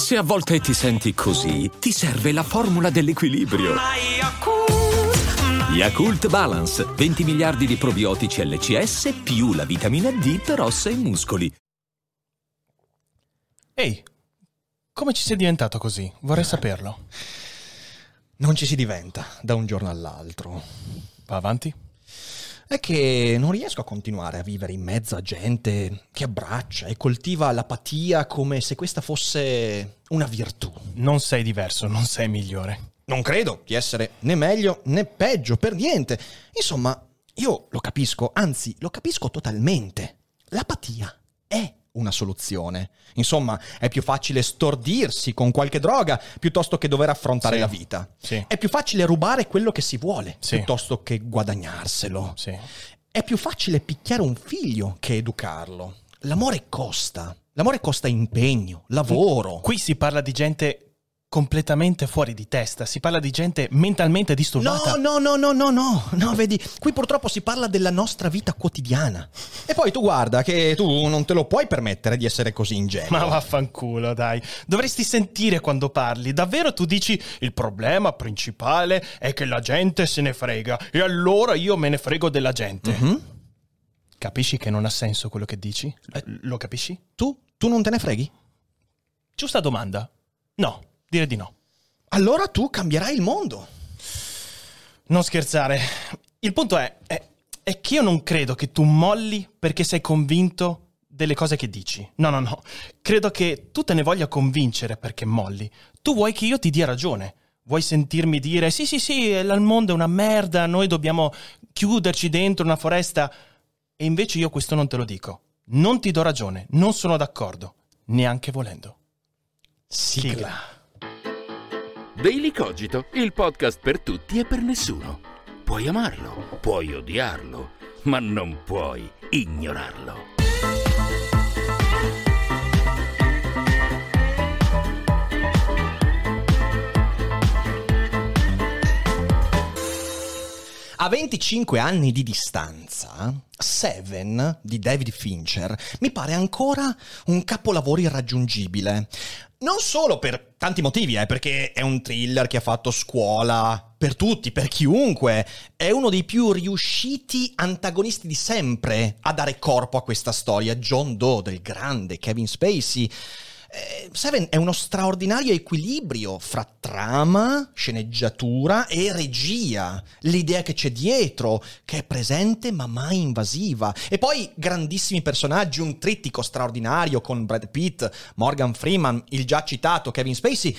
Se a volte ti senti così, ti serve la formula dell'equilibrio. Yakult Balance, 20 miliardi di probiotici LCS più la vitamina D per ossa e muscoli. Ehi, come ci sei diventato così? Vorrei saperlo. Non ci si diventa da un giorno all'altro. Va avanti? È che non riesco a continuare a vivere in mezzo a gente che abbraccia e coltiva l'apatia come se questa fosse una virtù. Non sei diverso, non sei migliore. Non credo di essere né meglio né peggio, per niente. Insomma, io lo capisco, anzi, lo capisco totalmente. L'apatia è una soluzione. Insomma, è più facile stordirsi con qualche droga piuttosto che dover affrontare la vita. Sì. È più facile rubare quello che si vuole Sì. piuttosto che guadagnarselo. Sì. È più facile picchiare un figlio che educarlo. L'amore costa impegno, lavoro. Qui si parla di gente completamente fuori di testa, si parla di gente mentalmente disturbata. No, vedi, qui purtroppo si parla della nostra vita quotidiana. E poi tu guarda che tu non te lo puoi permettere di essere così ingenuo. Ma vaffanculo, dai. Dovresti sentire quando parli. Davvero tu dici il problema principale è che la gente se ne frega e allora io me ne frego della gente. Mm-hmm. Capisci che non ha senso quello che dici? Lo capisci? Tu non te ne freghi? Giusta domanda. No, direi di no. Allora tu cambierai il mondo. Non scherzare. Il punto è che io non credo che tu molli perché sei convinto delle cose che dici. No. Credo che tu te ne voglia convincere perché molli. Tu vuoi che io ti dia ragione. Vuoi sentirmi dire sì, il mondo è una merda, noi dobbiamo chiuderci dentro una foresta. E invece io questo non te lo dico. Non ti do ragione, non sono d'accordo, neanche volendo. Sigla. Daily Cogito, il podcast per tutti e per nessuno. Puoi amarlo, puoi odiarlo, ma non puoi ignorarlo. A 25 anni di distanza, Seven di David Fincher mi pare ancora un capolavoro irraggiungibile. Non solo per tanti motivi, perché è un thriller che ha fatto scuola per tutti, per chiunque. È uno dei più riusciti antagonisti di sempre a dare corpo a questa storia. John Doe, del grande Kevin Spacey. Seven è uno straordinario equilibrio fra trama, sceneggiatura e regia, l'idea che c'è dietro, che è presente ma mai invasiva, e poi grandissimi personaggi, un trittico straordinario con Brad Pitt, Morgan Freeman, il già citato Kevin Spacey.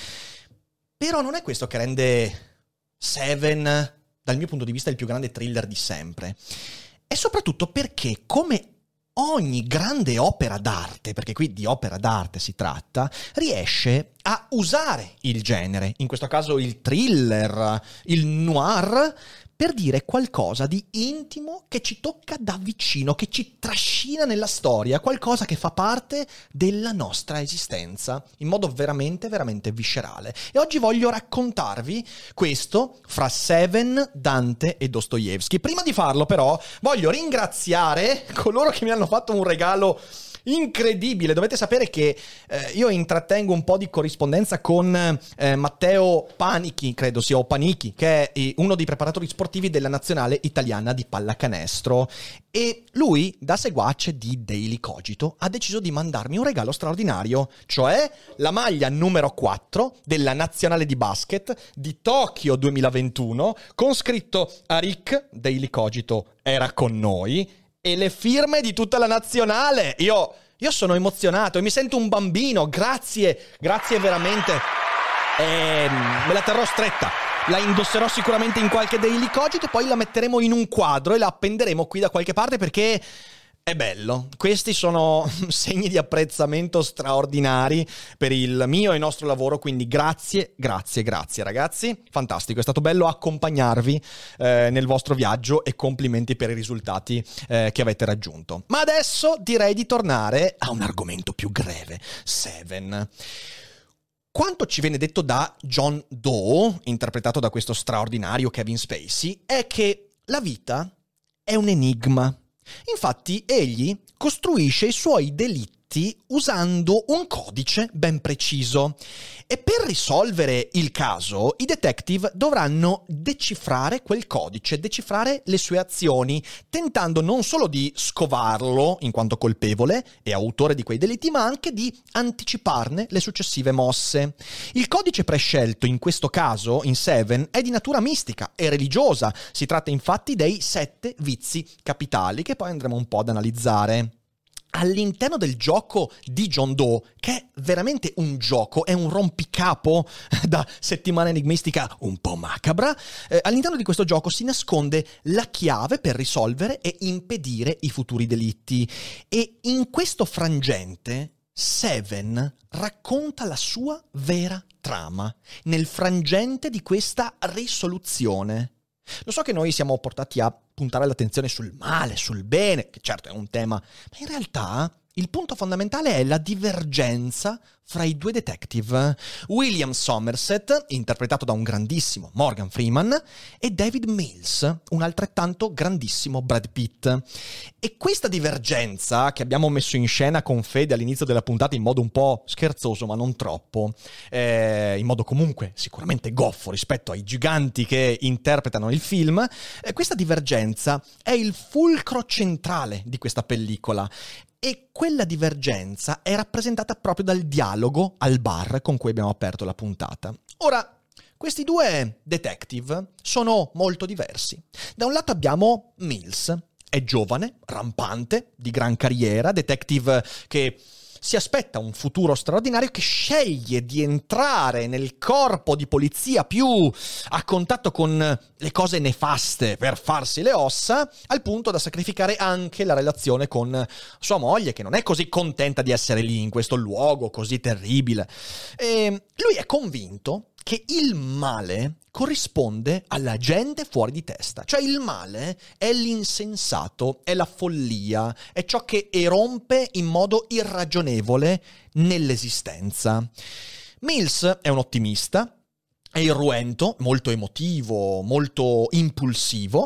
Però non è questo che rende Seven, dal mio punto di vista, il più grande thriller di sempre. E soprattutto perché, come ogni grande opera d'arte, perché qui di opera d'arte si tratta, riesce a usare il genere, in questo caso il thriller, il noir, per dire qualcosa di intimo che ci tocca da vicino, che ci trascina nella storia, qualcosa che fa parte della nostra esistenza, in modo veramente, veramente viscerale. E oggi voglio raccontarvi questo fra Seven, Dante e Dostoevsky. Prima di farlo, però, voglio ringraziare coloro che mi hanno fatto un regalo incredibile. Dovete sapere che io intrattengo un po' di corrispondenza con Matteo Panichi, credo sia, o Panichi, che è uno dei preparatori sportivi della nazionale italiana di pallacanestro, e lui, da seguace di Daily Cogito, ha deciso di mandarmi un regalo straordinario, cioè la maglia numero 4 della nazionale di basket di Tokyo 2021 con scritto "Arik, Daily Cogito era con noi", e le firme di tutta la nazionale. Io sono emozionato e mi sento un bambino. Grazie veramente. Me la terrò stretta. La indosserò sicuramente in qualche Daily Cogito e poi la metteremo in un quadro e la appenderemo qui da qualche parte perché è bello. Questi sono segni di apprezzamento straordinari per il mio e nostro lavoro, quindi grazie ragazzi, fantastico, è stato bello accompagnarvi nel vostro viaggio e complimenti per i risultati che avete raggiunto. Ma adesso direi di tornare a un argomento più greve, Seven. Quanto ci viene detto da John Doe, interpretato da questo straordinario Kevin Spacey, è che la vita è un enigma. Infatti egli costruisce i suoi delitti delitti usando un codice ben preciso. E per risolvere il caso, i detective dovranno decifrare quel codice, decifrare le sue azioni, tentando non solo di scovarlo in quanto colpevole e autore di quei delitti, ma anche di anticiparne le successive mosse. Il codice prescelto in questo caso, in Seven, è di natura mistica e religiosa. Si tratta infatti dei 7 vizi capitali che poi andremo un po' ad analizzare. All'interno del gioco di John Doe, che è veramente un gioco, è un rompicapo da settimana enigmistica un po' macabra, all'interno di questo gioco si nasconde la chiave per risolvere e impedire i futuri delitti. E in questo frangente Seven racconta la sua vera trama, nel frangente di questa risoluzione. Lo so che noi siamo portati a puntare l'attenzione sul male, sul bene, che certo è un tema, ma in realtà il punto fondamentale è la divergenza fra i due detective, William Somerset, interpretato da un grandissimo Morgan Freeman, e David Mills, un altrettanto grandissimo Brad Pitt. E questa divergenza, che abbiamo messo in scena con Fede all'inizio della puntata in modo un po' scherzoso, ma non troppo, in modo comunque sicuramente goffo rispetto ai giganti che interpretano il film, questa divergenza è il fulcro centrale di questa pellicola. E quella divergenza è rappresentata proprio dal dialogo al bar con cui abbiamo aperto la puntata. Ora, questi due detective sono molto diversi. Da un lato abbiamo Mills, è giovane, rampante, di gran carriera, detective che si aspetta un futuro straordinario, che sceglie di entrare nel corpo di polizia più a contatto con le cose nefaste per farsi le ossa, al punto da sacrificare anche la relazione con sua moglie, che non è così contenta di essere lì in questo luogo così terribile. E lui è convinto che il male corrisponde alla gente fuori di testa. Cioè il male è l'insensato, è la follia, è ciò che erompe in modo irragionevole nell'esistenza. Mills è un ottimista, è irruento, molto emotivo, molto impulsivo,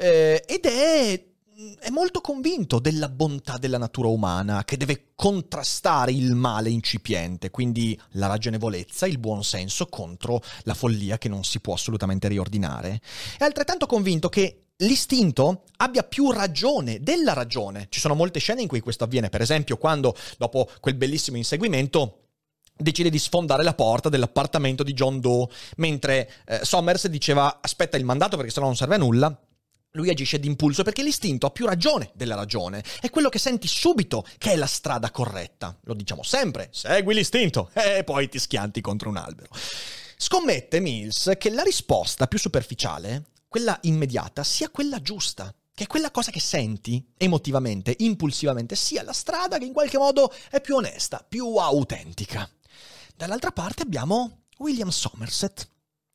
ed è molto convinto della bontà della natura umana, che deve contrastare il male incipiente, quindi la ragionevolezza, il buon senso contro la follia che non si può assolutamente riordinare. È altrettanto convinto che l'istinto abbia più ragione della ragione. Ci sono molte scene in cui questo avviene, per esempio quando, dopo quel bellissimo inseguimento, decide di sfondare la porta dell'appartamento di John Doe, mentre Somers diceva aspetta il mandato perché sennò non serve a nulla. Lui agisce d'impulso perché l'istinto ha più ragione della ragione. È quello che senti subito che è la strada corretta. Lo diciamo sempre, segui l'istinto e poi ti schianti contro un albero. Scommette Mills che la risposta più superficiale, quella immediata, sia quella giusta. Che quella cosa che senti emotivamente, impulsivamente, sia la strada che in qualche modo è più onesta, più autentica. Dall'altra parte abbiamo William Somerset,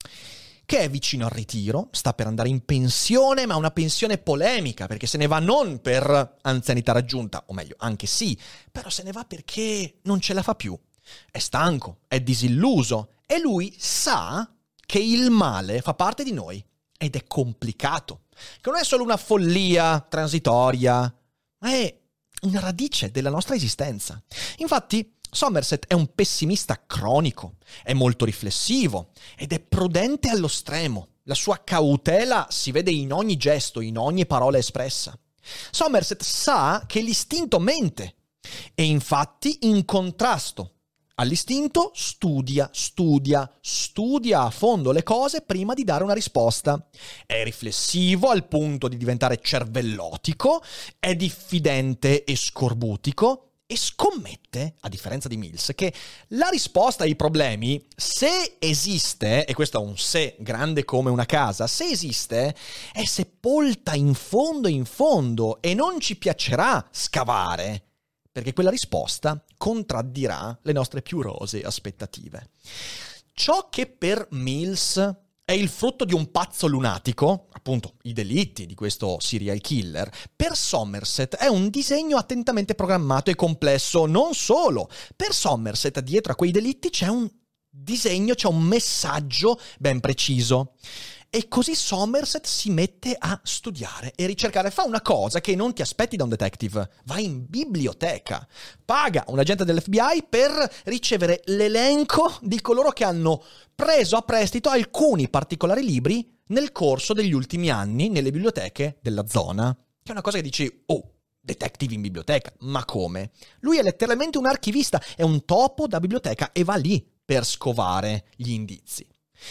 che è vicino al ritiro, sta per andare in pensione, ma una pensione polemica, perché se ne va non per anzianità raggiunta, o meglio, anche sì, però se ne va perché non ce la fa più. È stanco, è disilluso, e lui sa che il male fa parte di noi, ed è complicato, che non è solo una follia transitoria, ma è una radice della nostra esistenza. Infatti, Somerset è un pessimista cronico, è molto riflessivo ed è prudente allo stremo. La sua cautela si vede in ogni gesto, in ogni parola espressa. Somerset sa che l'istinto mente e infatti in contrasto all'istinto studia a fondo le cose prima di dare una risposta. È riflessivo al punto di diventare cervellotico, è diffidente e scorbutico, e scommette, a differenza di Mills, che la risposta ai problemi, se esiste, e questo è un se grande come una casa, se esiste, è sepolta in fondo e non ci piacerà scavare, perché quella risposta contraddirà le nostre più rosee aspettative. Ciò che per Mills è il frutto di un pazzo lunatico, appunto i delitti di questo serial killer, per Somerset è un disegno attentamente programmato e complesso. Non solo, per Somerset dietro a quei delitti c'è un disegno, c'è un messaggio ben preciso. E così Somerset si mette a studiare e ricercare. Fa una cosa che non ti aspetti da un detective. Va in biblioteca. Paga un agente dell'FBI per ricevere l'elenco di coloro che hanno preso a prestito alcuni particolari libri nel corso degli ultimi anni nelle biblioteche della zona. Che è una cosa che dici, oh, detective in biblioteca, ma come? Lui è letteralmente un archivista, è un topo da biblioteca e va lì per scovare gli indizi.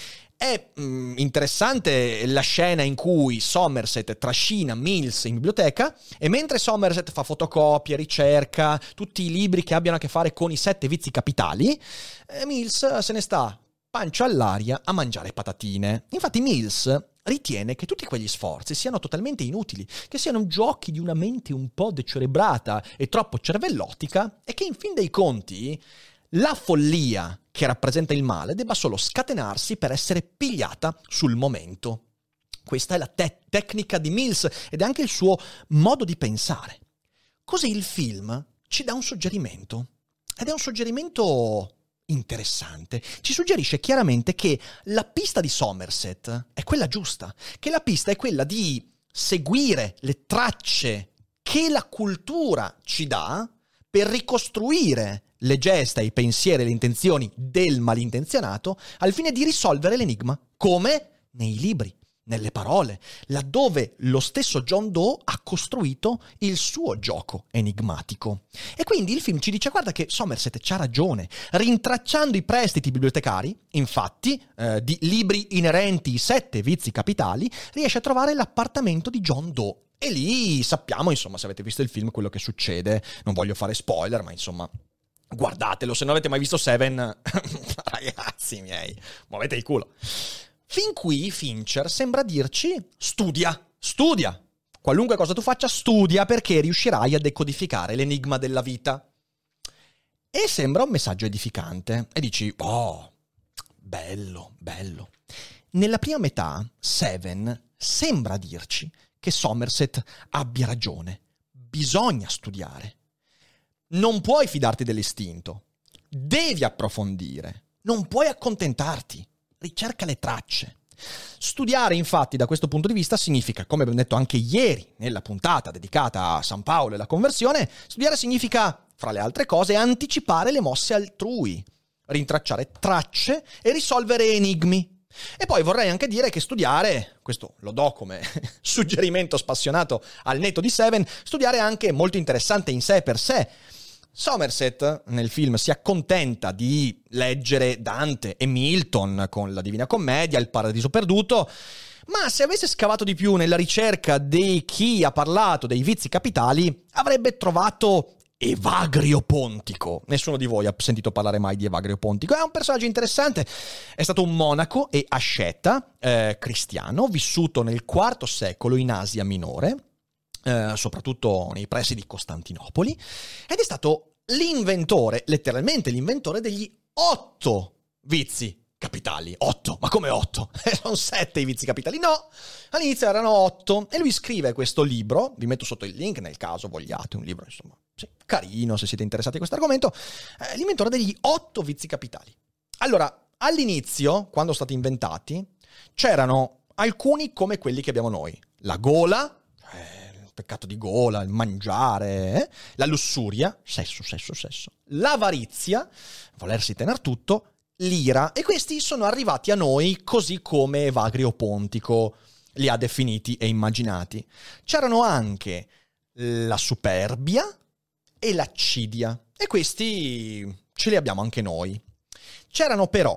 È interessante la scena in cui Somerset trascina Mills in biblioteca e mentre Somerset fa fotocopie, ricerca, tutti i libri che abbiano a che fare con i 7 vizi capitali, Mills se ne sta pancia all'aria a mangiare patatine. Infatti Mills ritiene che tutti quegli sforzi siano totalmente inutili, che siano giochi di una mente un po' decerebrata e troppo cervellotica e che in fin dei conti la follia che rappresenta il male debba solo scatenarsi per essere pigliata sul momento. Questa è la tecnica di Mills ed è anche il suo modo di pensare. Così il film ci dà un suggerimento, ed è un suggerimento interessante. Ci suggerisce chiaramente che la pista di Somerset è quella giusta, che la pista è quella di seguire le tracce che la cultura ci dà per ricostruire le gesta, i pensieri e le intenzioni del malintenzionato al fine di risolvere l'enigma, come nei libri, nelle parole, laddove lo stesso John Doe ha costruito il suo gioco enigmatico. E quindi il film ci dice, guarda che Somerset c'ha ragione, rintracciando i prestiti bibliotecari, infatti, di libri inerenti ai 7 vizi capitali, riesce a trovare l'appartamento di John Doe. E lì sappiamo, insomma, se avete visto il film, quello che succede. Non voglio fare spoiler, ma insomma, guardatelo. Se non avete mai visto Seven, ragazzi miei, muovete il culo. Fin qui Fincher sembra dirci, studia. Qualunque cosa tu faccia, studia perché riuscirai a decodificare l'enigma della vita. E sembra un messaggio edificante. E dici, oh, bello. Nella prima metà, Seven sembra dirci che Somerset abbia ragione. Bisogna studiare. Non puoi fidarti dell'istinto. Devi approfondire. Non puoi accontentarti. Ricerca le tracce. Studiare, infatti, da questo punto di vista significa, come abbiamo detto anche ieri nella puntata dedicata a San Paolo e la conversione, studiare significa, fra le altre cose, anticipare le mosse altrui, rintracciare tracce e risolvere enigmi. E poi vorrei anche dire che studiare, questo lo do come suggerimento spassionato al netto di Seven, studiare è anche molto interessante in sé per sé. Somerset nel film si accontenta di leggere Dante e Milton con la Divina Commedia, il Paradiso Perduto, ma se avesse scavato di più nella ricerca di chi ha parlato dei vizi capitali, avrebbe trovato Evagrio Pontico. Nessuno di voi ha sentito parlare mai di Evagrio Pontico. È un personaggio interessante. È stato un monaco e asceta cristiano, vissuto nel IV secolo in Asia Minore, soprattutto nei pressi di Costantinopoli, ed è stato l'inventore, letteralmente l'inventore degli 8 vizi capitali. 8? Ma come 8? Sono 7 i vizi capitali? No, all'inizio erano 8 e lui scrive questo libro, vi metto sotto il link nel caso vogliate, un libro insomma sì, carino se siete interessati a questo argomento, l'inventore degli 8 vizi capitali. Allora, all'inizio, quando sono stati inventati, c'erano alcuni come quelli che abbiamo noi. La gola, il peccato di gola, il mangiare, la lussuria, sesso, l'avarizia, volersi tener tutto, l'ira, e questi sono arrivati a noi così come Evagrio Pontico li ha definiti e immaginati. C'erano anche la superbia e l'accidia, e questi ce li abbiamo anche noi. C'erano però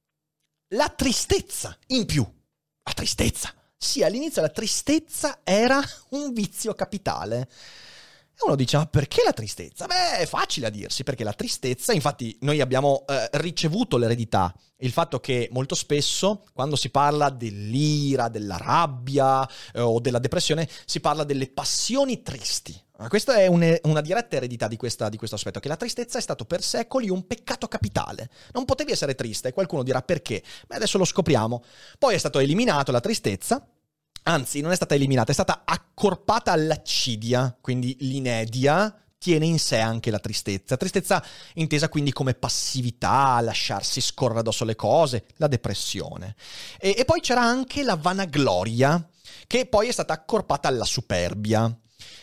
la tristezza in più. La tristezza. Sì, all'inizio la tristezza era un vizio capitale. E uno dice, ma perché la tristezza? Beh, è facile a dirsi, perché la tristezza, infatti noi abbiamo ricevuto l'eredità, il fatto che molto spesso quando si parla dell'ira, della rabbia o della depressione, si parla delle passioni tristi. Questa è una diretta eredità di questo aspetto, che la tristezza è stato per secoli un peccato capitale. Non potevi essere triste, e qualcuno dirà perché? Beh, adesso lo scopriamo. Poi è stato eliminato la tristezza. Anzi, non è stata eliminata, è stata accorpata all'accidia, quindi l'inedia contiene in sé anche la tristezza. Tristezza intesa quindi come passività, lasciarsi scorrere addosso le cose, la depressione. E poi c'era anche la vanagloria, che poi è stata accorpata alla superbia.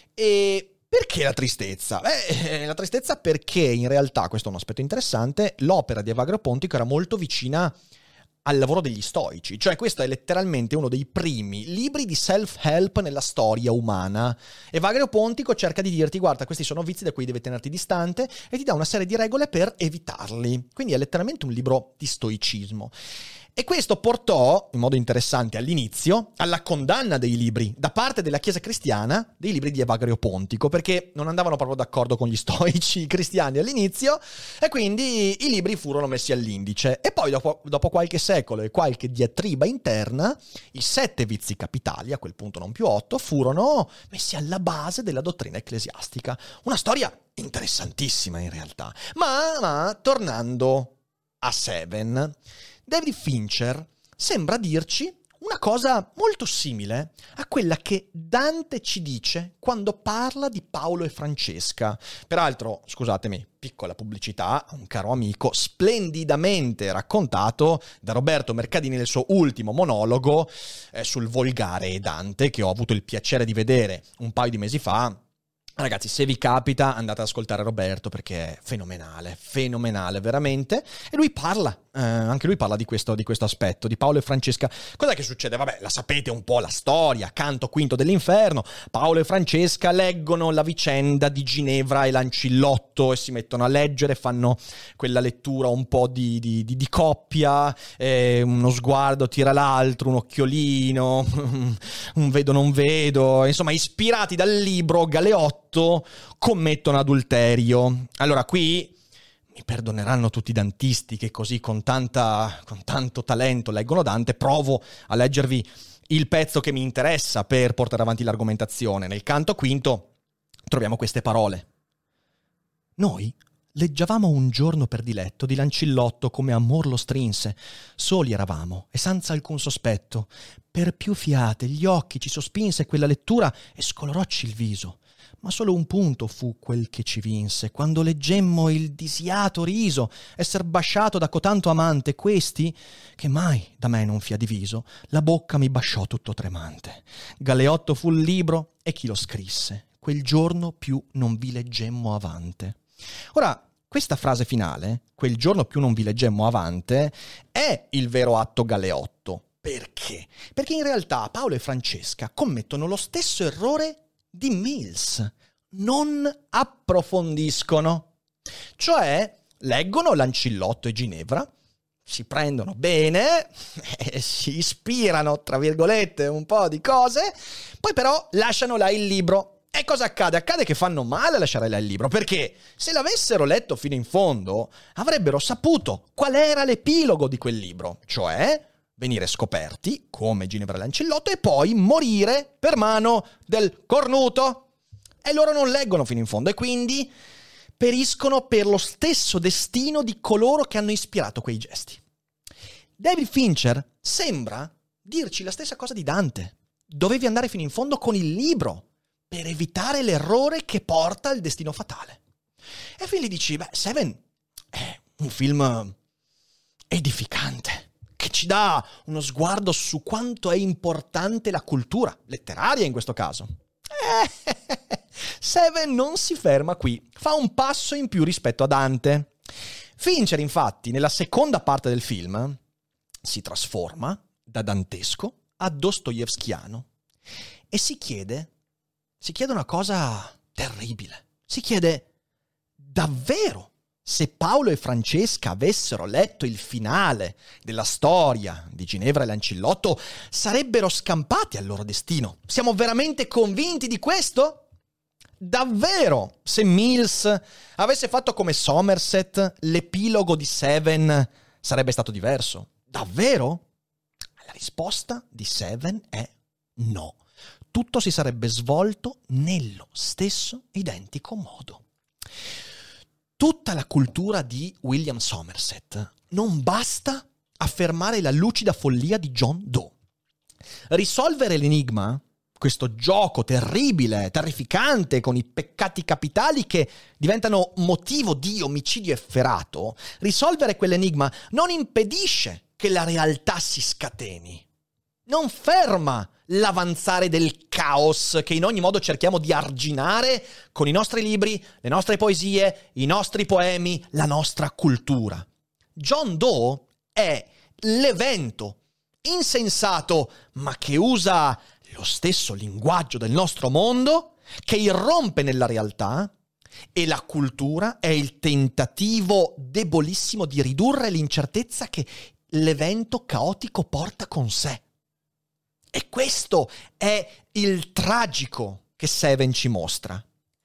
E perché la tristezza? La tristezza perché in realtà, questo è un aspetto interessante, l'opera di Evagrio Pontico era molto vicina al lavoro degli stoici, cioè questo è letteralmente uno dei primi libri di self-help nella storia umana. Evagrio Pontico cerca di dirti: guarda, questi sono vizi da cui devi tenerti distante, e ti dà una serie di regole per evitarli. Quindi è letteralmente un libro di stoicismo. E questo portò, in modo interessante all'inizio, alla condanna dei libri da parte della Chiesa cristiana dei libri di Evagrio Pontico, perché non andavano proprio d'accordo con gli stoici cristiani all'inizio, e quindi i libri furono messi all'indice. E poi dopo qualche secolo e qualche diatriba interna, i 7 vizi capitali, a quel punto non più 8, furono messi alla base della dottrina ecclesiastica. Una storia interessantissima in realtà. Ma tornando a Seven, David Fincher sembra dirci una cosa molto simile a quella che Dante ci dice quando parla di Paolo e Francesca. Peraltro, scusatemi, piccola pubblicità, un caro amico, splendidamente raccontato da Roberto Mercadini nel suo ultimo monologo sul volgare Dante, che ho avuto il piacere di vedere un paio di mesi fa. Ragazzi, se vi capita, andate ad ascoltare Roberto, perché è fenomenale veramente. E lui parla, anche lui parla di questo aspetto, di Paolo e Francesca. Cos'è che succede? Vabbè, la sapete un po' la storia, canto quinto dell'inferno. Paolo e Francesca leggono la vicenda di Ginevra e Lancillotto e si mettono a leggere, fanno quella lettura un po' di coppia, uno sguardo tira l'altro, un occhiolino, un vedo non vedo, insomma, ispirati dal libro Galeotto commettono adulterio. Allora qui mi perdoneranno tutti i dantisti che così con tanto talento leggono Dante. Provo a leggervi il pezzo che mi interessa per portare avanti l'argomentazione. Nel canto quinto troviamo queste parole: noi leggiavamo un giorno per diletto di Lancillotto come amor lo strinse. Soli eravamo e senza alcun sospetto. Per più fiate gli occhi ci sospinse quella lettura e scolorocci il viso. Ma solo un punto fu quel che ci vinse, quando leggemmo il disiato riso, esser basciato da cotanto amante. Questi, che mai da me non fia diviso, la bocca mi basciò tutto tremante. Galeotto fu il libro e chi lo scrisse, quel giorno più non vi leggemmo avante. Ora, questa frase finale, quel giorno più non vi leggemmo avante, è il vero atto Galeotto. Perché? Perché in realtà Paolo e Francesca commettono lo stesso errore di Mills, non approfondiscono. Cioè, leggono Lancillotto e Ginevra, si prendono bene, si ispirano, tra virgolette, un po' di cose, poi però lasciano là il libro. E cosa accade? Accade che fanno male a lasciare là il libro, perché se l'avessero letto fino in fondo, avrebbero saputo qual era l'epilogo di quel libro, cioè venire scoperti come Ginevra e Lancillotto e poi morire per mano del cornuto. E loro non leggono fino in fondo e quindi periscono per lo stesso destino di coloro che hanno ispirato quei gesti. David Fincher sembra dirci la stessa cosa di Dante. Dovevi andare fino in fondo con il libro per evitare l'errore che porta al destino fatale. E quindi dici, Seven è un film edificante, che ci dà uno sguardo su quanto è importante la cultura, letteraria in questo caso. Seven non si ferma qui, fa un passo in più rispetto a Dante. Fincher, infatti, nella seconda parte del film si trasforma da dantesco a dostoevskiano e si chiede una cosa terribile. Si chiede davvero se Paolo e Francesca avessero letto il finale della storia di Ginevra e Lancillotto, sarebbero scampati al loro destino. Siamo veramente convinti di questo? Davvero? Se Mills avesse fatto come Somerset, l'epilogo di Seven sarebbe stato diverso? Davvero? La risposta di Seven è no. Tutto si sarebbe svolto nello stesso identico modo. Tutta la cultura di William Somerset non basta a fermare la lucida follia di John Doe. Risolvere l'enigma questo gioco terribile, terrificante, con i peccati capitali che diventano motivo di omicidio efferato, risolvere quell'enigma non impedisce che la realtà si scateni. Non ferma l'avanzare del caos che in ogni modo cerchiamo di arginare con i nostri libri, le nostre poesie, i nostri poemi, la nostra cultura. John Doe è l'evento insensato, ma che usa lo stesso linguaggio del nostro mondo, che irrompe nella realtà, e la cultura è il tentativo debolissimo di ridurre l'incertezza che l'evento caotico porta con sé. E questo è il tragico che Seven ci mostra.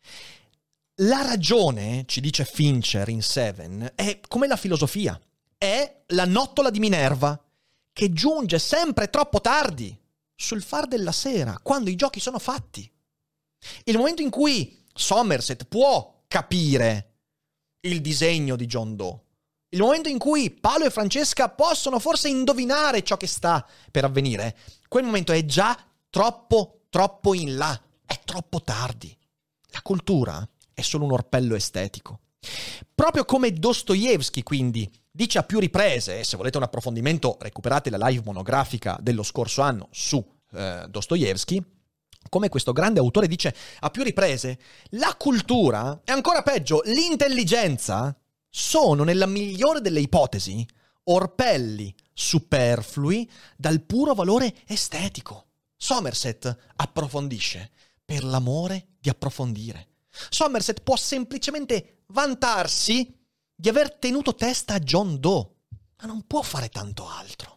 La ragione, ci dice Fincher in Seven, è come la filosofia, è la nottola di Minerva, che giunge sempre troppo tardi, sul far della sera, quando i giochi sono fatti. Il momento in cui Somerset può capire il disegno di John Doe, il momento in cui Paolo e Francesca possono forse indovinare ciò che sta per avvenire, quel momento è già troppo in là, è troppo tardi. La cultura è solo un orpello estetico. Proprio come Dostoevskij, quindi, dice a più riprese, e se volete un approfondimento recuperate la live monografica dello scorso anno su Dostoevskij, come questo grande autore dice a più riprese, la cultura, e ancora peggio, l'intelligenza, sono, nella migliore delle ipotesi, orpelli superflui dal puro valore estetico. Somerset approfondisce per l'amore di approfondire. Somerset può semplicemente vantarsi di aver tenuto testa a John Doe, ma non può fare tanto altro.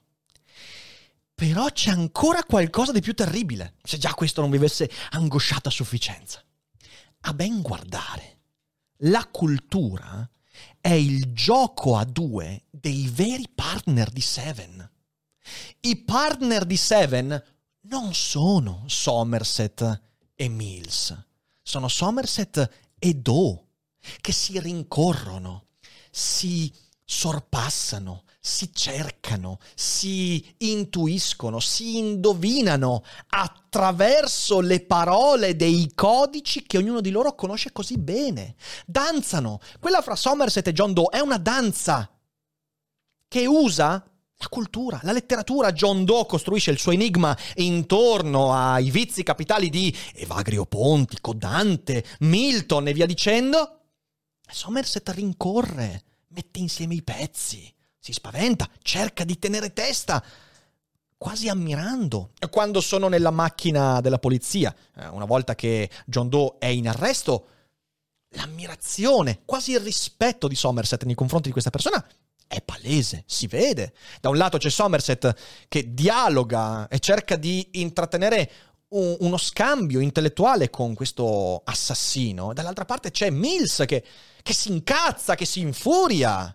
Però c'è ancora qualcosa di più terribile, se già questo non vi avesse angosciato a sufficienza. A ben guardare, la cultura è il gioco a due dei veri partner di Seven. I partner di Seven non sono Somerset e Mills, sono Somerset e Doe, che si rincorrono, si sorpassano, si cercano, si intuiscono, si indovinano attraverso le parole dei codici che ognuno di loro conosce così bene. Danzano. Quella fra Somerset e John Doe è una danza che usa la cultura, la letteratura. John Doe costruisce il suo enigma intorno ai vizi capitali di Evagrio Pontico, Dante, Milton e via dicendo. Somerset rincorre, mette insieme i pezzi, si spaventa, cerca di tenere testa, quasi ammirando. E quando sono nella macchina della polizia, una volta che John Doe è in arresto, l'ammirazione, quasi il rispetto di Somerset nei confronti di questa persona è palese, si vede. Da un lato c'è Somerset che dialoga e cerca di intrattenere uno scambio intellettuale con questo assassino, dall'altra parte c'è Mills che si incazza, che si infuria.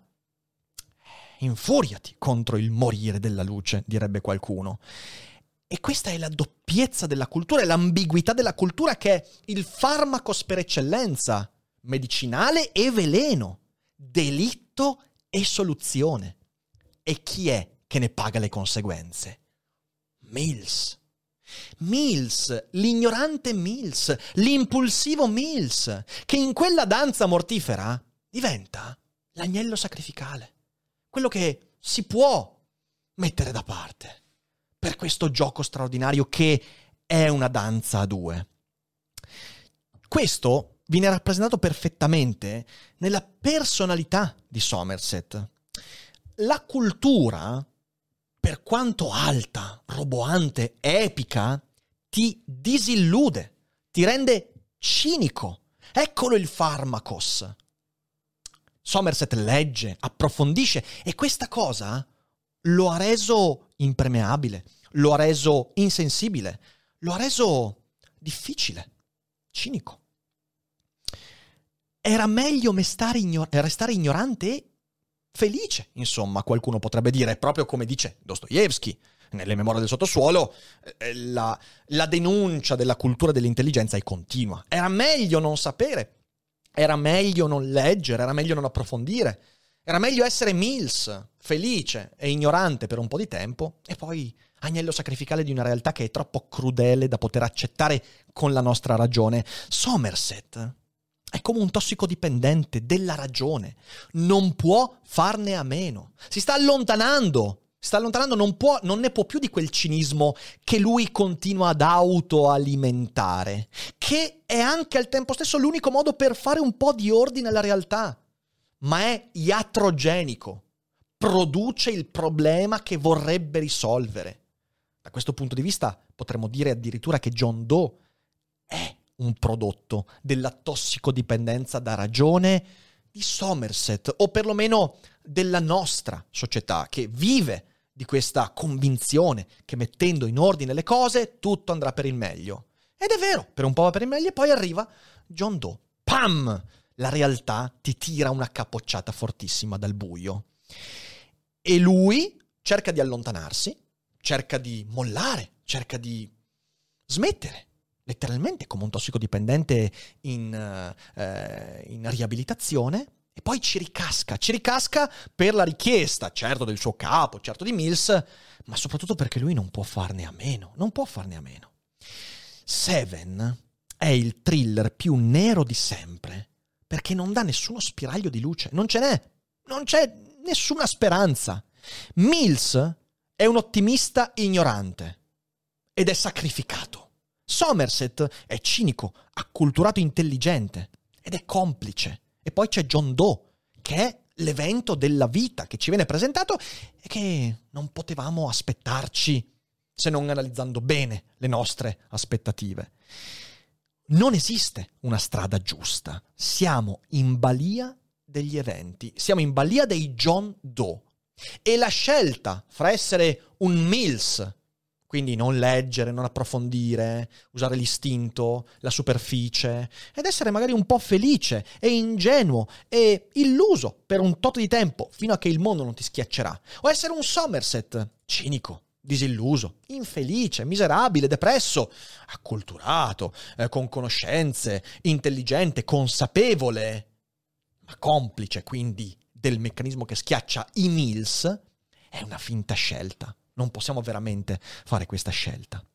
Infuriati contro il morire della luce, direbbe qualcuno. E questa è la doppiezza della cultura, è l'ambiguità della cultura, che è il farmacos per eccellenza, medicinale e veleno, delitto e soluzione. E chi è che ne paga le conseguenze? Mills. Mills, l'ignorante Mills, l'impulsivo Mills, che in quella danza mortifera diventa l'agnello sacrificale, quello che si può mettere da parte per questo gioco straordinario che è una danza a due. Questo viene rappresentato perfettamente nella personalità di Somerset. La cultura, per quanto alta, roboante, epica, ti disillude, ti rende cinico. Eccolo il farmacos. Somerset legge, approfondisce e questa cosa lo ha reso impermeabile, lo ha reso insensibile, lo ha reso difficile, cinico. Era meglio restare ignorante e felice, insomma, qualcuno potrebbe dire, proprio come dice Dostoevskij nelle Memorie del sottosuolo. La denuncia della cultura dell'intelligenza è continua. Era meglio non sapere, era meglio non leggere, era meglio non approfondire, era meglio essere Mills, felice e ignorante per un po' di tempo e poi agnello sacrificale di una realtà che è troppo crudele da poter accettare con la nostra ragione. Somerset è come un tossicodipendente della ragione, non può farne a meno, si sta allontanando, non ne può più di quel cinismo che lui continua ad autoalimentare, che è anche al tempo stesso l'unico modo per fare un po' di ordine alla realtà, ma è iatrogenico, produce il problema che vorrebbe risolvere. Da questo punto di vista potremmo dire addirittura che John Doe è un prodotto della tossicodipendenza da ragione di Somerset, o perlomeno della nostra società, che vive di questa convinzione che mettendo in ordine le cose tutto andrà per il meglio. Ed è vero, per un po' va per il meglio, e poi arriva John Doe. Pam! La realtà ti tira una capocciata fortissima dal buio. E lui cerca di allontanarsi, cerca di mollare, cerca di smettere, letteralmente come un tossicodipendente in riabilitazione, e poi ci ricasca per la richiesta, certo del suo capo, certo di Mills, ma soprattutto perché lui non può farne a meno, Seven è il thriller più nero di sempre, perché non dà nessuno spiraglio di luce, non c'è nessuna speranza. Mills è un ottimista ignorante ed è sacrificato. Somerset è cinico, acculturato, intelligente ed è complice. E poi c'è John Doe, che è l'evento della vita che ci viene presentato e che non potevamo aspettarci se non analizzando bene le nostre aspettative. Non esiste una strada giusta. Siamo in balia degli eventi, siamo in balia dei John Doe. E la scelta fra essere un Mills, quindi non leggere, non approfondire, usare l'istinto, la superficie, ed essere magari un po' felice e ingenuo e illuso per un tot di tempo, fino a che il mondo non ti schiaccerà, o essere un Somerset, cinico, disilluso, infelice, miserabile, depresso, acculturato, con conoscenze, intelligente, consapevole, ma complice quindi del meccanismo che schiaccia i Mills, è una finta scelta. Non possiamo veramente fare questa scelta.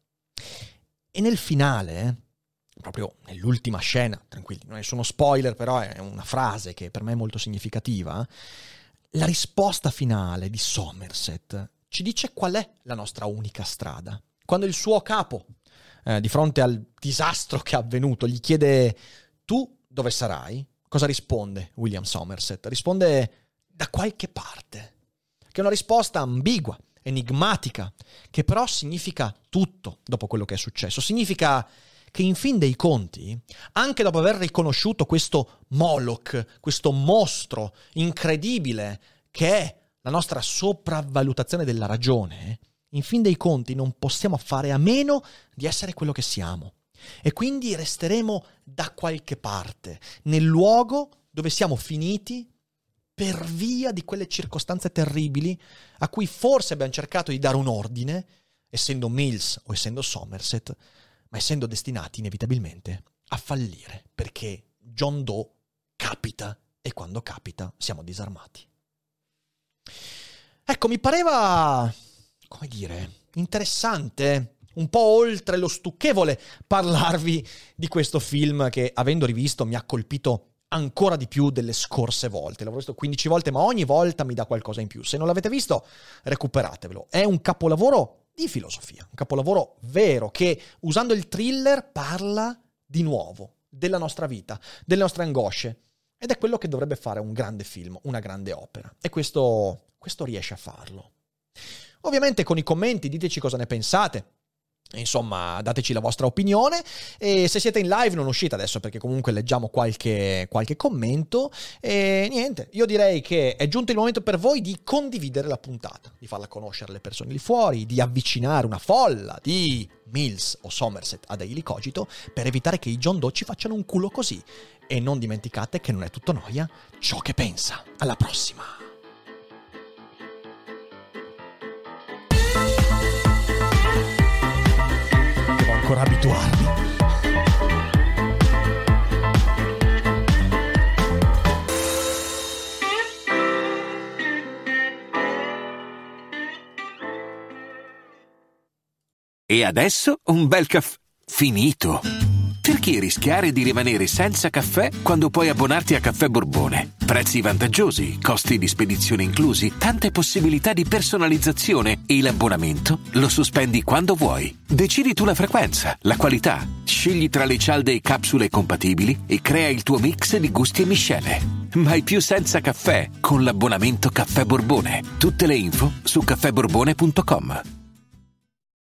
E nel finale, proprio nell'ultima scena, tranquilli, non è solo spoiler, però è una frase che per me è molto significativa, la risposta finale di Somerset ci dice qual è la nostra unica strada. Quando il suo capo, di fronte al disastro che è avvenuto, gli chiede: tu dove sarai? Cosa risponde William Somerset? Risponde: da qualche parte. Che è una risposta ambigua, enigmatica, che però significa tutto dopo quello che è successo. Significa che in fin dei conti, anche dopo aver riconosciuto questo Moloch, questo mostro incredibile che è la nostra sopravvalutazione della ragione, in fin dei conti non possiamo fare a meno di essere quello che siamo. E quindi resteremo da qualche parte, nel luogo dove siamo finiti per via di quelle circostanze terribili a cui forse abbiamo cercato di dare un ordine, essendo Mills o essendo Somerset, ma essendo destinati inevitabilmente a fallire, perché John Doe capita, e quando capita siamo disarmati. Ecco, mi pareva, come dire, interessante, un po' oltre lo stucchevole, parlarvi di questo film che, avendo rivisto, mi ha colpito ancora di più delle scorse volte. L'avrò visto 15 volte, ma ogni volta mi dà qualcosa in più. Se non l'avete visto, recuperatevelo. È un capolavoro di filosofia, un capolavoro vero che, usando il thriller, parla di nuovo della nostra vita, delle nostre angosce, ed è quello che dovrebbe fare un grande film, una grande opera, e questo riesce a farlo. Ovviamente con i commenti diteci cosa ne pensate. Insomma, dateci la vostra opinione, e se siete in live non uscite adesso perché comunque leggiamo qualche commento, e niente, io direi che è giunto il momento per voi di condividere la puntata, di farla conoscere alle persone lì fuori, di avvicinare una folla di Mills o Somerset a Daily Cogito per evitare che i John Doe ci facciano un culo così. E non dimenticate che non è tutto noia ciò che pensa. Alla prossima! Devo ancora abituarmi. E adesso un bel caffè finito. Perché rischiare di rimanere senza caffè quando puoi abbonarti a Caffè Borbone? Prezzi vantaggiosi, costi di spedizione inclusi, tante possibilità di personalizzazione e l'abbonamento lo sospendi quando vuoi. Decidi tu la frequenza, la qualità, scegli tra le cialde e capsule compatibili e crea il tuo mix di gusti e miscele. Mai più senza caffè con l'abbonamento Caffè Borbone. Tutte le info su caffèborbone.com.